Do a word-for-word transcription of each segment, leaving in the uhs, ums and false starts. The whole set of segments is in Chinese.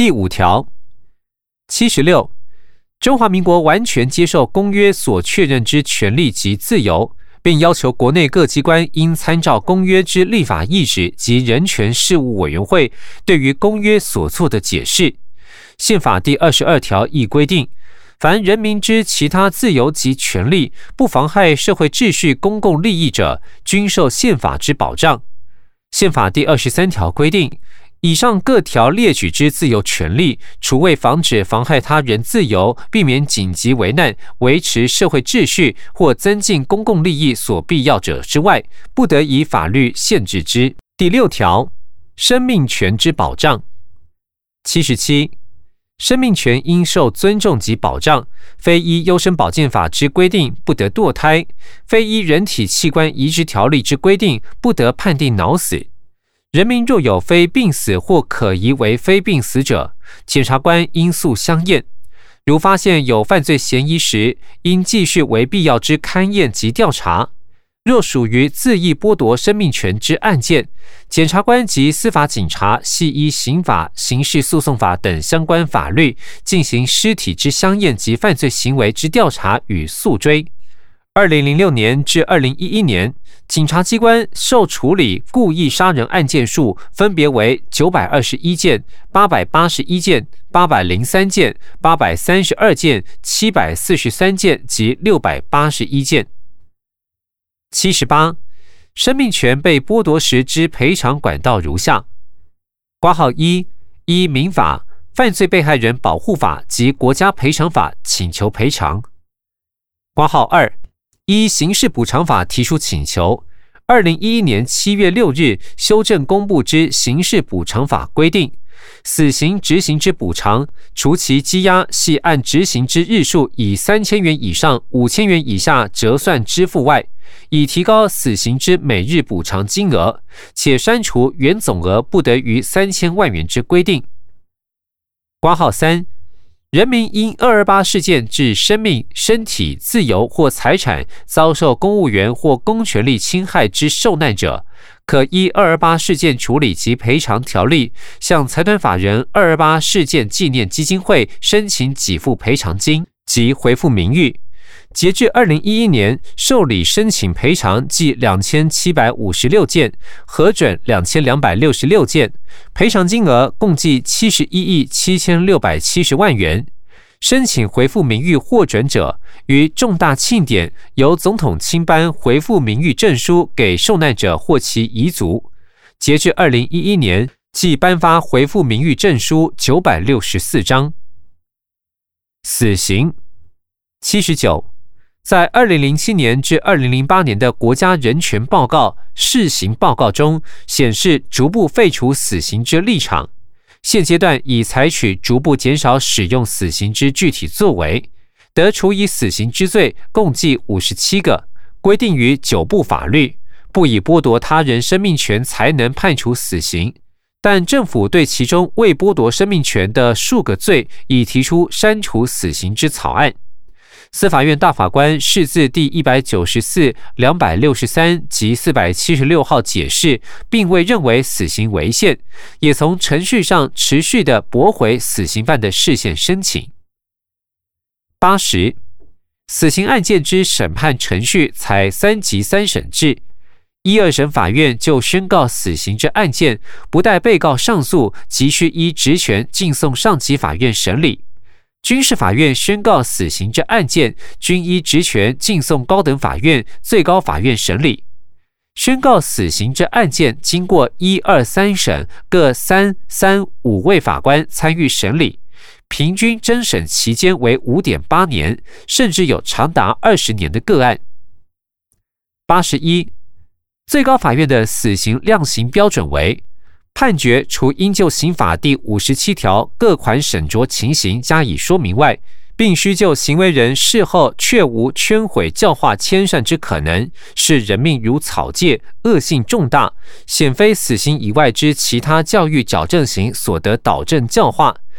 第五条七十六，中华民国完全接受公约所确认之权利及自由，并要求国内各机关应参照公约之立法意旨及人权事务委员会对于公约所做的解释。宪法第二十二条亦规定，凡人民之其他自由及权利，不妨害社会秩序、公共利益者，均受宪法之保障。宪法第二十三条规定，以上各条列举之自由权利，除为防止妨害他人自由、避免紧急危难、维持社会秩序或增进公共利益所必要者之外，不得以法律限制之。第六条，生命权之保障。七十七，生命权应受尊重及保障，非依优生保健法之规定不得堕胎，非依人体器官移植条例之规定不得判定脑死。人民若有非病死或可疑为非病死者，检察官应速相验。如发现有犯罪嫌疑时，应继续为必要之勘验及调查。若属于恣意剥夺生命权之案件，检察官及司法警察系依刑法、刑事诉讼法等相关法律，进行尸体之相验及犯罪行为之调查与诉追。二零零六年至二零一一年，警察机关受处理故意杀人案件数分别为九百二十一件、八百八十一件、八百零三件、八百三十二件、七百四十三件及六百八十一件。七十八，生命权被剥夺时之赔偿管道如下：括号一，依民法、犯罪被害人保护法及国家赔偿法请求赔偿；括号二，依刑事补偿法提出请求。二零一一年七月六日修正公布之刑事补偿法规定，死刑执行之补偿，除其羁押系按执行之日数以三千元以上五千元以下折算支付外，以提高死刑之每日补偿金额，且删除原总额不得逾三千万元之规定。括号三，人民因二二八事件致生命、身体、自由或财产遭受公务员或公权力侵害之受难者，可依二二八事件处理及赔偿条例，向财团法人二二八事件纪念基金会申请给付赔偿金及恢复名誉。截至二零一一年，受理申请赔偿计两千七百五十六件，核准两千两百六十六件，赔偿金额共计七十一亿七千六百七十万元。申请回复名誉获准者，于重大庆典由总统亲颁回复名誉证书给受难者或其遗族。截至二零一一年，即颁发回复名誉证书九百六十四张。死刑。七十九，在二零零七年至二零零八年的国家人权报告试行报告中显示，逐步废除死刑之立场。现阶段已采取逐步减少使用死刑之具体作为，得处以死刑之罪共计五十七个，规定于九部法律，不以剥夺他人生命权才能判处死刑。但政府对其中未剥夺生命权的数个罪，已提出删除死刑之草案。司法院大法官释字第一百九十四、两百六十三及四百七十六号解释，并未认为死刑违宪，也从程序上持续地驳回死刑犯的释宪申请。八十，死刑案件之审判程序采三级三审制，一二审法院就宣告死刑之案件，不待被告上诉，即须依职权进送上级法院审理。军事法院宣告死刑之案件，均依职权进送高等法院、最高法院审理。宣告死刑之案件，经过一二三审各三、三、五位法官参与审理，平均侦审期间为 五点八年，甚至有长达二十年的个案。八十一，最高法院的死刑量刑标准为：判决除应就刑法第五十七条各款审酌情形加以说明外，并须就行为人事后确无圈毁教化迁善之可能，视人命如草芥，恶性重大，显非死刑以外之其他教育矫正刑所得导正教化，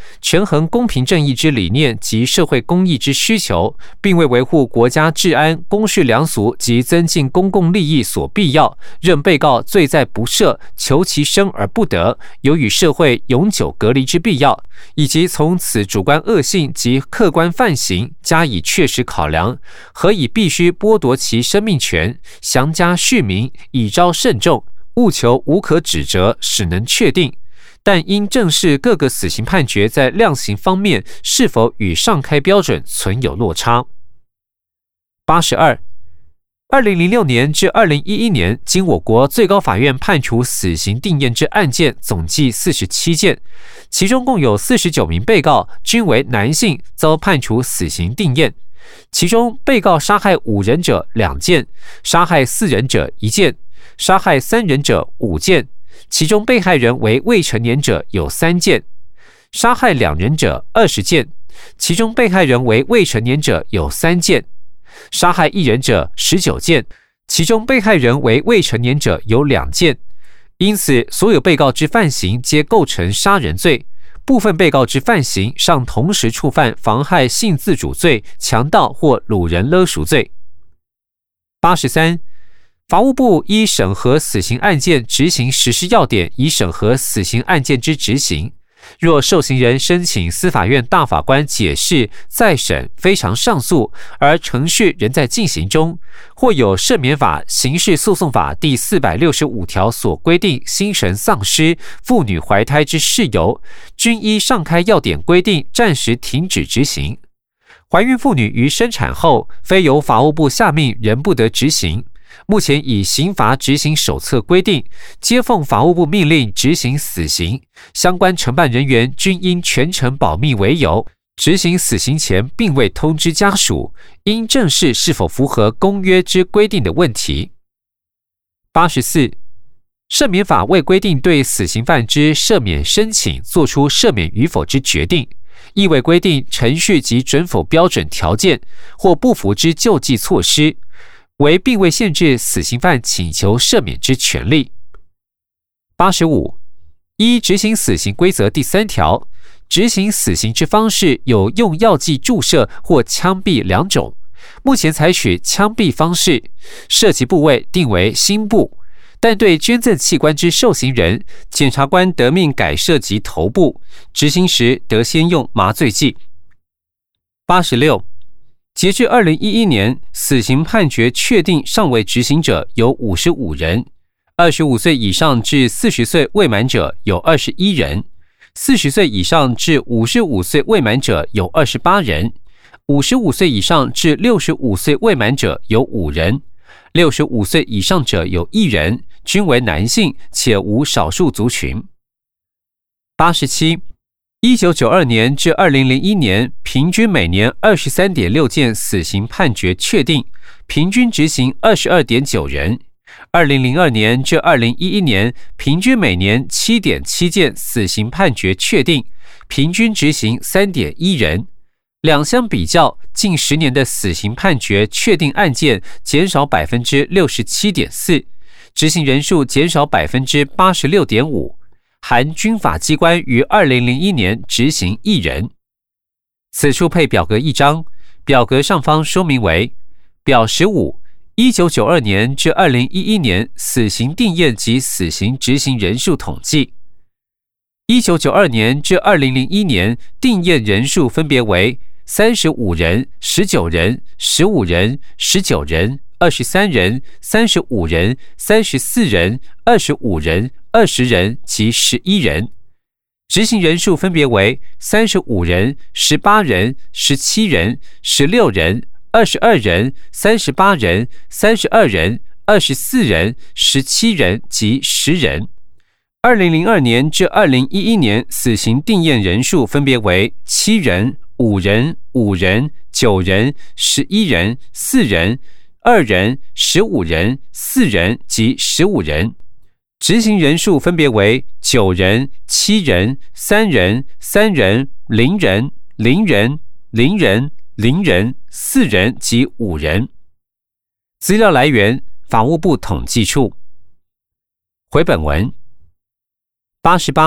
权衡公平正义之理念及社会公益之需求，并为维护国家治安、公序良俗及增进公共利益所必要，认被告罪在不赦，求其生而不得，有与社会永久隔离之必要，以及从此主观恶性及客观犯行加以确实考量，何以必须剥夺其生命权，详加续明，以昭慎重，务求无可指责，使能确定。但应正视各个死刑判决在量刑方面是否与上开标准存有落差。八十二，二零零六年至二零一一年，经我国最高法院判处死刑定谳之案件总计四十七件，其中共有四十九名被告均为男性，遭判处死刑定谳。其中被告杀害五人者两件，杀害四人者一件，杀害三人者五件。其中被害人为未成年者有三件，杀害两人者二十件，其中被害人为未成年者有三件，杀害一人者十九件，其中被害人为未成年者有两件。因此，所有被告之犯行皆构成杀人罪，部分被告之犯行尚同时触犯妨害性自主罪、强盗或掳人勒赎罪。八十三。法务部依审核死刑案件执行实施要点，以审核死刑案件之执行。若受刑人申请司法院大法官解释、再审、非常上诉，而程序仍在进行中，或有赦免法、刑事诉讼法第四百六十五条所规定心神丧失、妇女怀胎之事由，均依上开要点规定暂时停止执行。怀孕妇女于生产后，非由法务部下命，仍不得执行。目前以刑罚执行手册规定，接奉法务部命令执行死刑，相关承办人员均因全程保密为由，执行死刑前并未通知家属，应正视是否符合公约之规定的问题。八十四，赦免法未规定对死刑犯之赦免申请作出赦免与否之决定，亦未规定程序及准否标准条件或不符之救济措施，为并未限制死刑犯请求赦免之权利。八十五，依执行死刑规则第三条，执行死刑之方式有用药剂注射或枪毙两种。目前采取枪毙方式，涉及部位定为心部，但对捐赠器官之受刑人，检察官得命改涉及头部，执行时得先用麻醉剂。八十六，截至二零一一年，死刑判决确定尚未执行者有五十五人，二十五岁以上至四十岁未满者有二十一人，四十岁以上至五十五岁未满者有二十八人，五十五岁以上至六十五岁未满者有五人，六十五岁以上者有一人，均为男性，且无少数族群。八十七，一九九二年至二零零一年，平均每年二十三点六件死刑判决确定，平均执行二十二点九人。二零零二年至二零一一年，平均每年七点七件死刑判决确定，平均执行三点一人。两相比较，近十年的死刑判决确定案件减少百分之六十七点四，执行人数减少百分之八十六点五。含军法机关于二零零一年执行一人。此处配表格一张，表格上方说明为表十五，一九九二年至二零一一年死刑定谳及死刑执行人数统计。一九九二年至二零零一年定谳人数分别为三十五人、十九人、十五人、十九人、二十三人、三十五人、三十四人、二十五人、二十人及十一人。执行人数分别为三十五人、十八人、十七人、十六人、二十二人、三十八人、三十二人、二十四人、十七人及十人。二零零二年至二零一一年死刑定谳人数分别为七人、五人、五人、九人、十一人、四人、二人、十五人、四人及十五人。执行人数分别为九人、七人、三人、三人、零人、零人、零人、零人、四人及五人。资料来源：法务部统计处。回本文。八十八，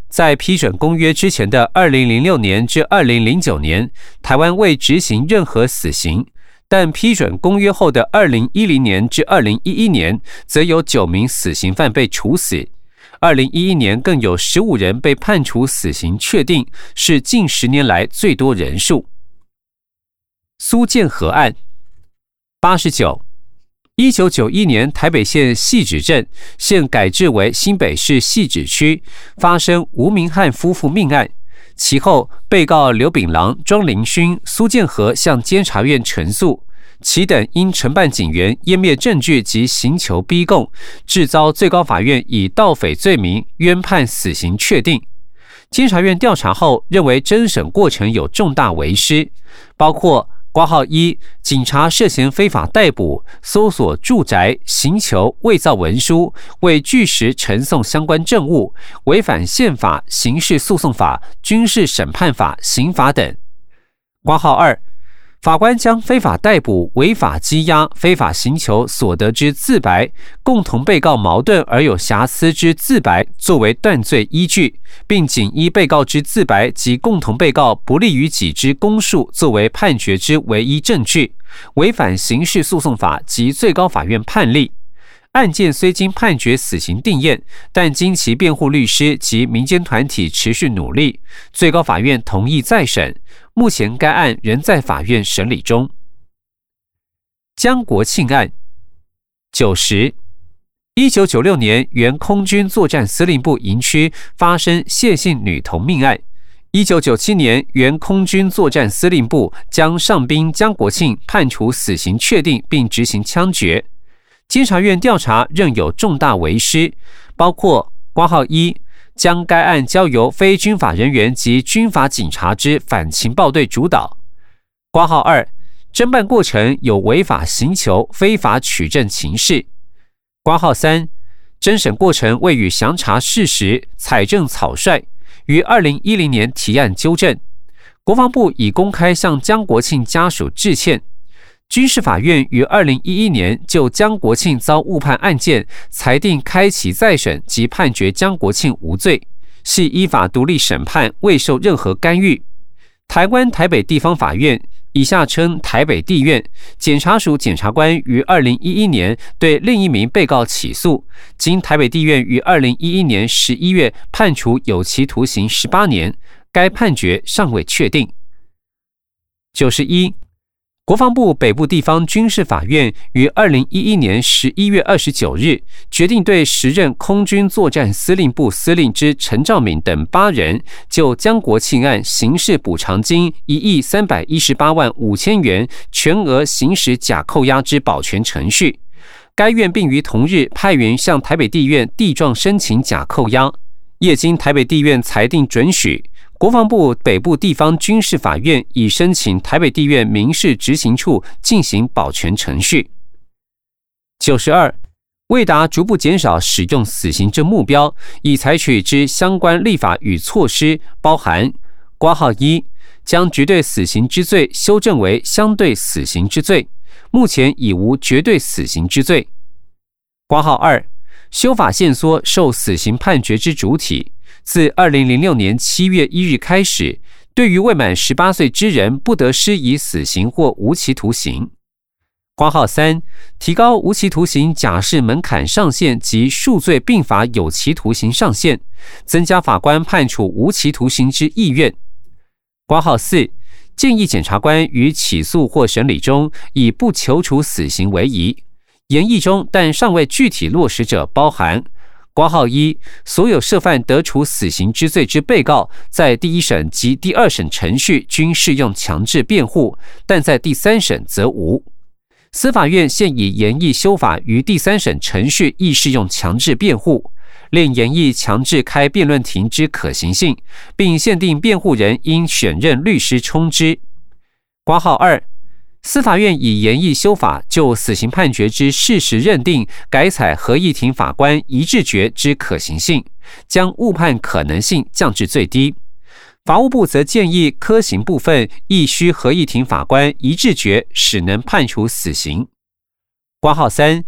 在批准公约之前的二零零六年至二零零九年，台湾未执行任何死刑，但批准公约后的二零一零年至二零一一年，则有九名死刑犯被处死。二零一一年更有十五人被判处死刑确定，是近十年来最多人数。苏建和案八十九，一九九一年台北县汐止镇现改制为新北市汐止区，发生吴明翰夫妇命案。其后，被告刘炳郎、庄凌勋、苏建和向监察院陈诉，其等因承办警员湮灭证据及刑求逼供，致遭最高法院以盗匪罪名冤判死刑确定。监察院调查后认为侦审过程有重大违失，包括括号一，警察涉嫌非法逮捕、搜索住宅、刑求、伪造文书、未据实陈送相关证物，违反宪法、刑事诉讼法、军事审判法、刑法等。括号二，法官将非法逮捕、违法羁押、非法刑求所得之自白，共同被告矛盾而有瑕疵之自白作为断罪依据，并仅依被告之自白及共同被告不利于己之供述作为判决之唯一证据，违反刑事诉讼法及最高法院判例。案件虽经判决死刑定验，但经其辩护律师及民间团体持续努力，最高法院同意再审。目前该案仍在法院审理中。江国庆案九十，一九九六年原空军作战司令部营区发生谢姓女童命案。一九九七年原空军作战司令部将上兵江国庆判处死刑确定并执行枪决。监察院调查仍有重大违失，包括括号一，将该案交由非军法人员及军法警察之反情报队主导；括号二，侦办过程有违法刑求、非法取证情事；括号三，侦审过程未予详查事实、采证草率，于二零一零年提案纠正。国防部已公开向江国庆家属致歉。军事法院于二零一一年就江国庆遭误判案件裁定开启再审及判决江国庆无罪，系依法独立审判，未受任何干预。台湾台北地方法院（以下称台北地院）检察署检察官于二零一一年对另一名被告起诉，经台北地院于二零一一年十一月判处有期徒刑十八年，该判决尚未确定。九十一，国防部北部地方军事法院于二零一一年十一月二十九日决定对时任空军作战司令部司令之陈兆敏等八人就江国庆案刑事补偿金一亿三百一十八万五千元全额行使假扣押之保全程序。该院并于同日派员向台北地院递状申请假扣押，业经台北地院裁定准许。国防部北部地方军事法院已申请台北地院民事执行处进行保全程序。九十二，为达逐步减少使用死刑之目标，已采取之相关立法与措施，包含括号一，将绝对死刑之罪修正为相对死刑之罪，目前已无绝对死刑之罪。括号二，修法限缩受死刑判决之主体。自二零零六年七月一日开始，对于未满十八岁之人不得施以死刑或无期徒刑。括号三，提高无期徒刑假释门槛上限及数罪并罚有期徒刑上限，增加法官判处无期徒刑之意愿。括号四，建议检察官于起诉或审理中以不求处死刑为宜，研议中但尚未具体落实者包含括号一，所有涉犯得处死刑之罪之被告，在第一审及第二审程序均适用强制辩护，但在第三审则无。司法院现已研议修法，于第三审程序亦适用强制辩护，另研议强制开辩论庭之可行性，并限定辩护人应选任律师充之。括号二，司法院已研议修法，就死刑判决之事实认定改采合议庭法官一致决之可行性，将误判可能性降至最低。法务部则建议科刑部分亦需合议庭法官一致决，使能判处死刑。括号三，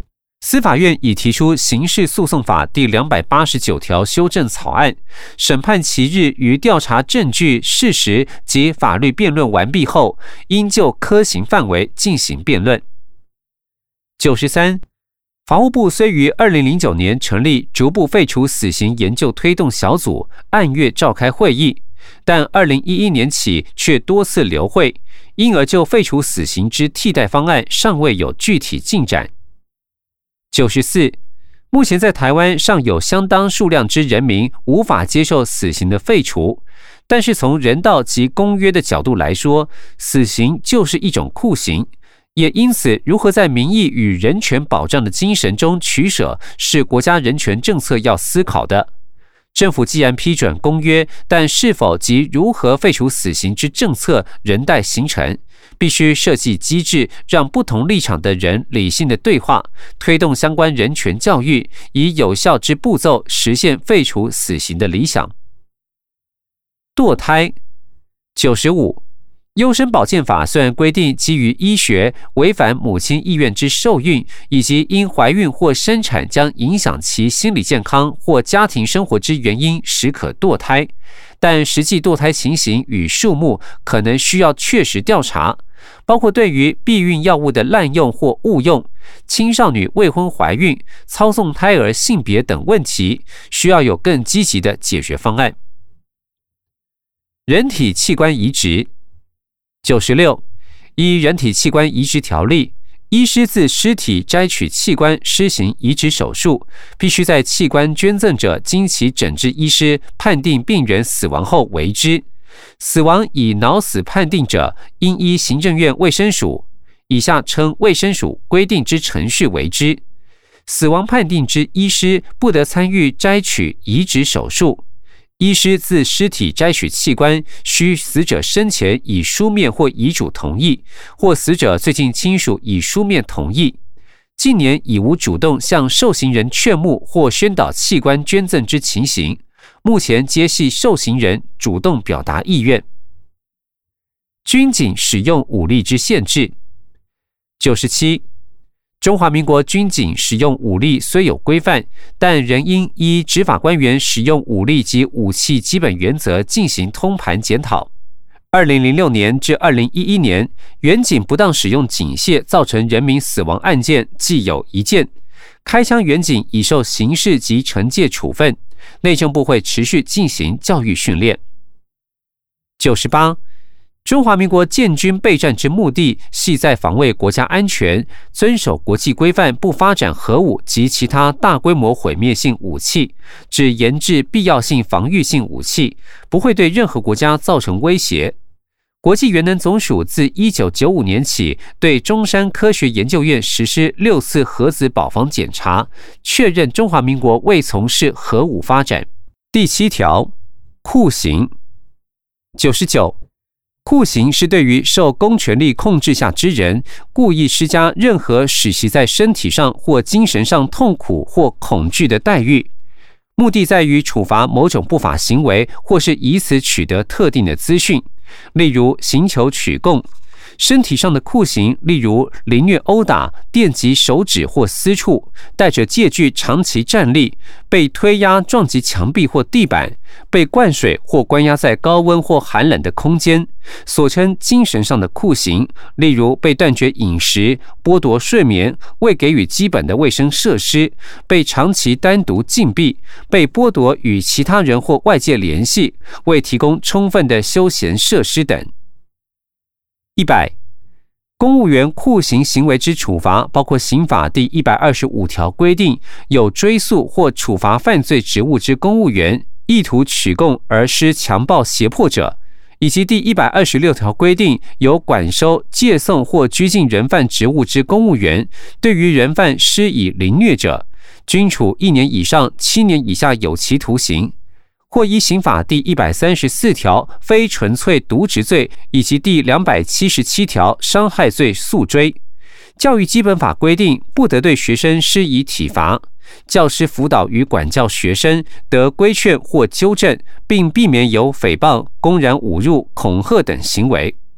司法院已提出刑事诉讼法第两百八十九条修正草案，审判期日于调查证据、事实及法律辩论完毕后，应就科刑范围进行辩论。九十三，法务部虽于二零零九年成立逐步废除死刑研究推动小组，按月召开会议，但二零一一年起却多次流会，因而就废除死刑之替代方案尚未有具体进展。九十四，目前在台湾尚有相当数量之人民无法接受死刑的废除，但是从人道及公约的角度来说，死刑就是一种酷刑，也因此如何在民意与人权保障的精神中取舍，是国家人权政策要思考的。政府既然批准公约，但是否及如何废除死刑之政策仍待形成，必须设计机制，让不同立场的人理性的对话，推动相关人权教育，以有效之步骤实现废除死刑的理想。堕胎。九十五，优生保健法虽然规定基于医学违反母亲意愿之受孕，以及因怀孕或生产将影响其心理健康或家庭生活之原因时可堕胎，但实际堕胎情形与数目可能需要确实调查，包括对于避孕药物的滥用或误用、青少女未婚怀孕、操纵胎儿性别等问题，需要有更积极的解决方案。人体器官移植。九十六，依人体器官移植条例，医师自尸体摘取器官施行移植手术，必须在器官捐赠者经其诊治医师判定病人死亡后为之。死亡以脑死判定者，应依行政院卫生署（以下称卫生署）规定之程序为之。死亡判定之医师不得参与摘取移植手术。医师自尸体摘取器官，需死者生前以书面或遗嘱同意，或死者最近亲属以书面同意。近年已无主动向受刑人劝募或宣导器官捐赠之情形，目前皆系受刑人主动表达意愿。军警使用武力之限制。九十七，中华民国军警使用武力虽有规范，但仍应依执法官员使用武力及武器基本原则进行通盘检讨。二零零六年至二零一一年，远警不当使用警械造成人民死亡案件既有一件，开枪远警已受刑事及惩戒处分，内政部会持续进行教育训练。九十八，中华民国建军备战之目的，系在防卫国家安全，遵守国际规范，不发展核武及其他大规模毁灭性武器，只研制必要性防御性武器，不会对任何国家造成威胁。国际原能总署自一九九五年起，对中山科学研究院实施六次核子保防检查，确认中华民国未从事核武发展。第七条，酷刑。九十九。酷刑是对于受公权力控制下之人，故意施加任何使其在身体上或精神上痛苦或恐惧的待遇，目的在于处罚某种不法行为，或是以此取得特定的资讯，例如刑求取供。身体上的酷刑，例如凌虐、殴打、电击手指或私处，带着戒具长期站立，被推压撞击墙壁或地板，被灌水或关押在高温或寒冷的空间。所称精神上的酷刑，例如被断绝饮食、剥夺睡眠、未给予基本的卫生设施、被长期单独禁闭、被剥夺与其他人或外界联系、未提供充分的休闲设施等。一百，公务员酷刑行为之处罚，包括刑法第一百二十五条规定，有追诉或处罚犯罪职务之公务员，意图取供而施强暴胁迫者，以及第一百二十六条规定，有管收、借送或拘禁人犯职务之公务员，对于人犯施以凌虐者，均处一年以上七年以下有期徒刑。或依刑法第一百三十四条非纯粹渎职罪以及第两百七十七条伤害罪诉追。教育基本法规定，不得对学生施以体罚。教师辅导与管教学生得规劝或纠正，并避免有诽谤、公然侮辱、恐吓等行为。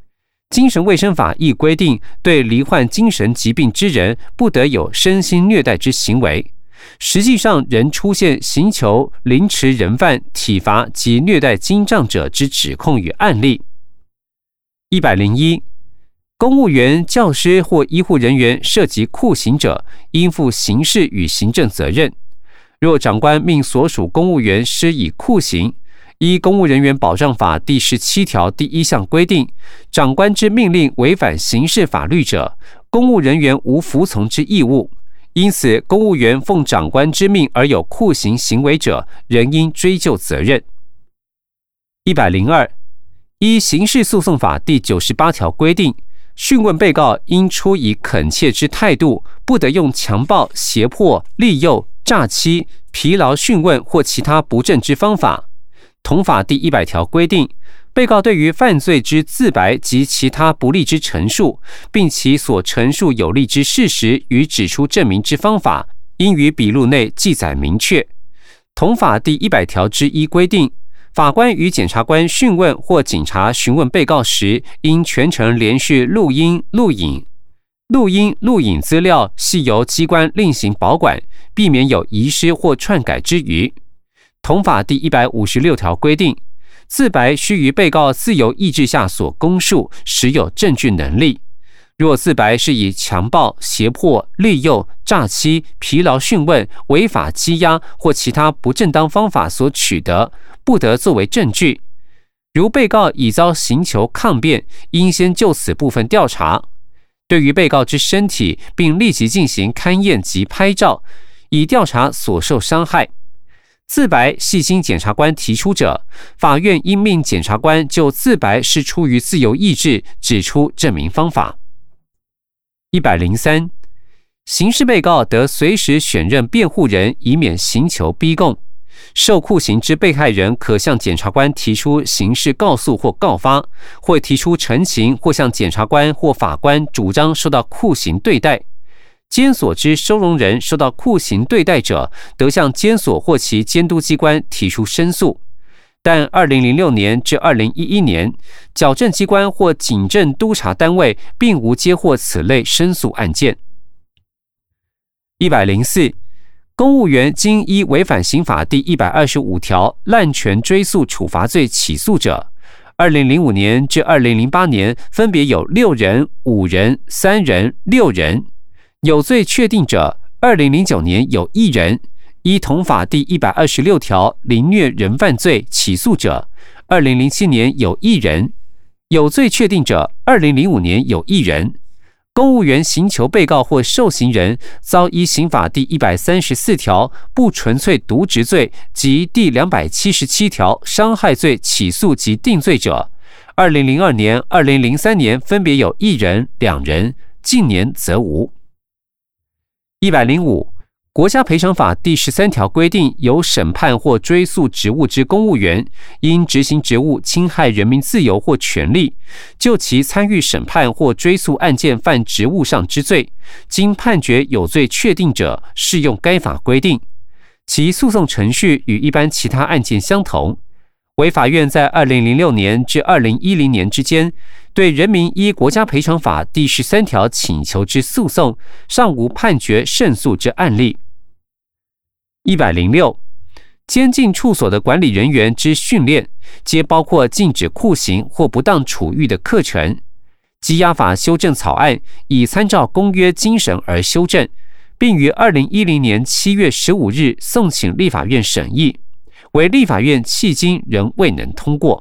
精神卫生法亦规定，对罹患精神疾病之人，不得有身心虐待之行为。实际上，仍出现刑求、凌迟人犯、体罚及虐待精障者之指控与案例。一百零一，公务员、教师或医护人员涉及酷刑者，应负刑事与行政责任。若长官命所属公务员施以酷刑，依《公务人员保障法》第十七条第一项规定，长官之命令违反刑事法律者，公务人员无服从之义务。因此，公务员奉长官之命而有酷刑行为者，仍应追究责任。一百零二，依《刑事诉讼法》第九十八条规定，讯问被告应出以恳切之态度，不得用强暴、胁迫、利诱、诈欺、疲劳讯问或其他不正之方法。同法第一百条规定，被告对于犯罪之自白及其他不利之陈述，并其所陈述有利之事实与指出证明之方法，应于笔录内记载明确。同法第一百条之一规定，法官与检察官讯问或警察询问被告时，应全程连续录音、录影。录音、录影资料系由机关另行保管，避免有遗失或篡改之虞。同法第一百五十六条规定，自白须于被告自由意志下所供述，实有证据能力。若自白是以强暴、胁迫、利诱、诈欺、疲劳讯问、违法羁押或其他不正当方法所取得，不得作为证据。如被告已遭刑求抗辩，应先就此部分调查。对于被告之身体，并立即进行勘验及拍照，以调查所受伤害。自白系经检察官提出者，法院应命检察官就自白是出于自由意志，指出证明方法。一百零三，刑事被告得随时选任辩护人，以免刑求逼供。受酷刑之被害人可向检察官提出刑事告诉或告发，或提出陈情，或向检察官或法官主张受到酷刑对待。监所之收容人受到酷刑对待者，得向监所或其监督机关提出申诉。但二零零六年至二零一一年，矫正机关或警政督察单位并无接获此类申诉案件。一百零四，公务员经依违反刑法第一百二十五条滥权追诉处罚罪起诉者，二零零五年至二零零八年分别有六人、五人、三人、六人。有罪确定者，二零零九年有一人；依同法第一百二十六条凌虐人犯罪起诉者，二零零七年有一人；有罪确定者，二零零五年有一人。公务员刑求被告或受刑人遭依刑法第一百三十四条不纯粹渎职罪及第两百七十七条伤害罪起诉及定罪者，二零零二年、二零零三年分别有一人、两人，近年则无。一百零五，国家赔偿法第十三条规定，有审判或追诉职务之公务员，因执行职务侵害人民自由或权利，就其参与审判或追诉案件犯职务上之罪，经判决有罪确定者，适用该法规定。其诉讼程序与一般其他案件相同。为法院在二零零六年至二零一零年之间，对人民依国家赔偿法第十三条请求之诉讼，尚无判决胜诉之案例。一百零六，监禁处所的管理人员之训练，皆包括禁止酷刑或不当处遇的课程。羁押法修正草案已参照公约精神而修正，并于二零一零年七月十五日送请立法院审议，为立法院迄今仍未能通过。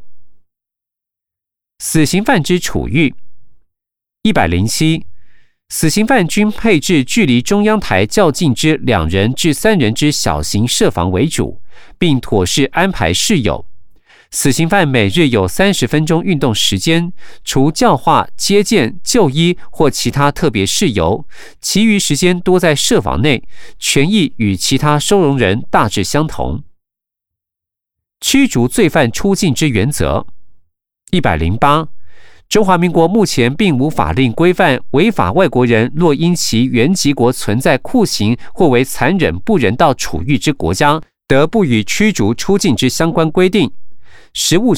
死刑犯之处遇。一百零七，死刑犯均配置距离中央台较近之两人至三人之小型设防为主，并妥善安排室友。死刑犯每日有三十分钟运动时间，除教化、接见、就医或其他特别事由，其余时间多在设防内，权益与其他收容人大致相同。驱逐罪犯出境之原则。一百零八，中华民国目前并无法令规范违法外国人若因其原籍国存在酷刑或为残忍不人道处遇之国家，得不予驱逐出境之相关规定。实务上，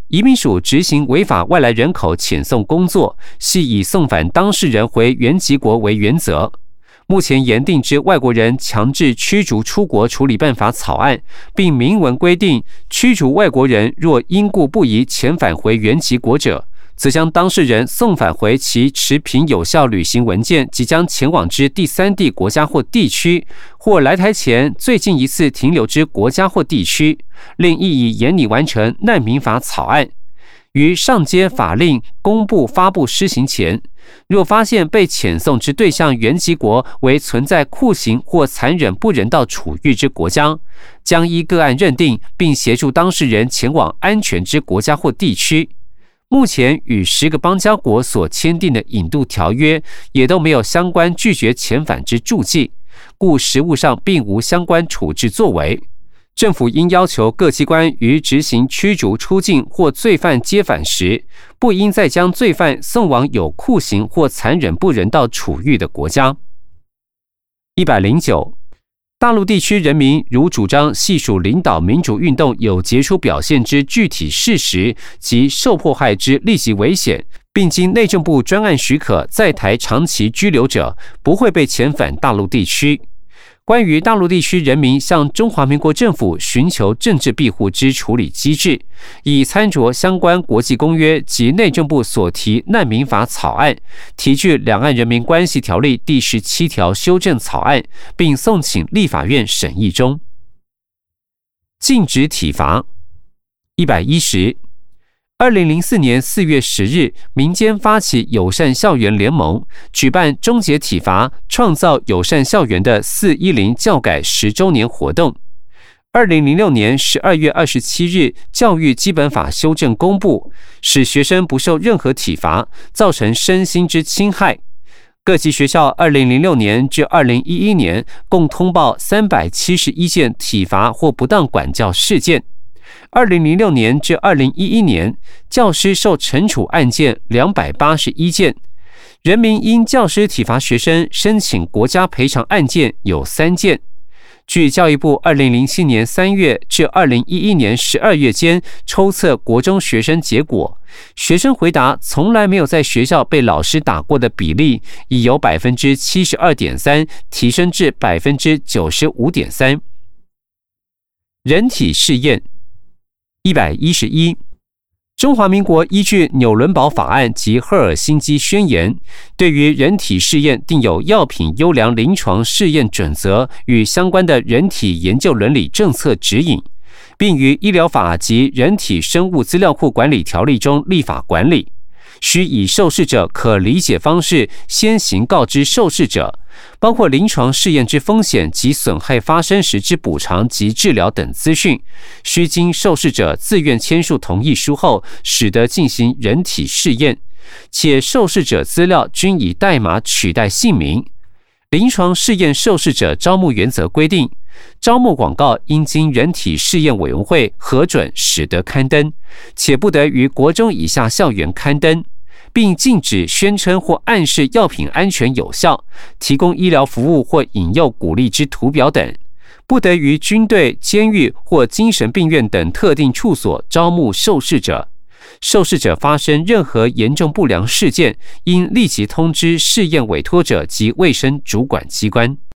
移民署执行违法外来人口遣送工作，系以送返当事人回原籍国为原则。目前研定之外国人强制驱逐出国处理办法草案，并明文规定，驱逐外国人若因故不宜遣返回原籍国者，则将当事人送返回其持凭有效旅行文件即将前往之第三地国家或地区，或来台前最近一次停留之国家或地区，另亦已研拟完成难民法草案。于上街法令公布发布施行前，若发现被遣送之对象原籍国为存在酷刑或残忍不人道处遇之国家，将依个案认定，并协助当事人前往安全之国家或地区。目前与十个邦交国所签订的引渡条约，也都没有相关拒绝遣返之注记，故实务上并无相关处置作为。政府应要求各机关于执行驱逐出境或罪犯接返时，不应再将罪犯送往有酷刑或残忍不人道处遇的国家。一百零九，大陆地区人民如主张系属领导民主运动有杰出表现之具体事实及受迫害之立即危险，并经内政部专案许可在台长期居留者，不会被遣返大陆地区。关于大陆地区人民向中华民国政府寻求政治庇护之处理机制，以参酌相关国际公约及内政部所提难民法草案，提具《两岸人民关系条例》第十七条修正草案，并送请立法院审议中。禁止体罚。一百一十。二零零四年四月十日，民间发起友善校园联盟，举办终结体罚、创造友善校园的四一零教改十周年活动。二零零六年十二月二十七日，教育基本法修正公布，使学生不受任何体罚，造成身心之侵害。各级学校二零零六年至二零一一年共通报三百七十一件体罚或不当管教事件。二零零六年至二零一一年，教师受惩处案件两百八十一件，人民因教师体罚学生申请国家赔偿案件有三件。据教育部二零零七年三月至二零一一年十二月间抽测国中学生结果，学生回答从来没有在学校被老师打过的比例，已由百分之七十二点三提升至百分之九十五点三。人体试验。一百一十一，中华民国依据纽伦堡法案及赫尔辛基宣言，对于人体试验定有药品优良临床试验准则与相关的人体研究伦理政策指引，并于医疗法及人体生物资料库管理条例中立法管理。需以受试者可理解方式先行告知受试者，包括临床试验之风险及损害发生时之补偿及治疗等资讯，需经受试者自愿签署同意书后，使得进行人体试验，且受试者资料均以代码取代姓名。临床试验受试者招募原则规定，招募广告应经人体试验委员会核准，使得刊登，且不得于国中以下校园刊登，并禁止宣称或暗示药品安全有效、提供医疗服务或引诱鼓励之图表等，不得于军队、监狱或精神病院等特定处所招募受试者。受试者发生任何严重不良事件，应立即通知试验委托者及卫生主管机关。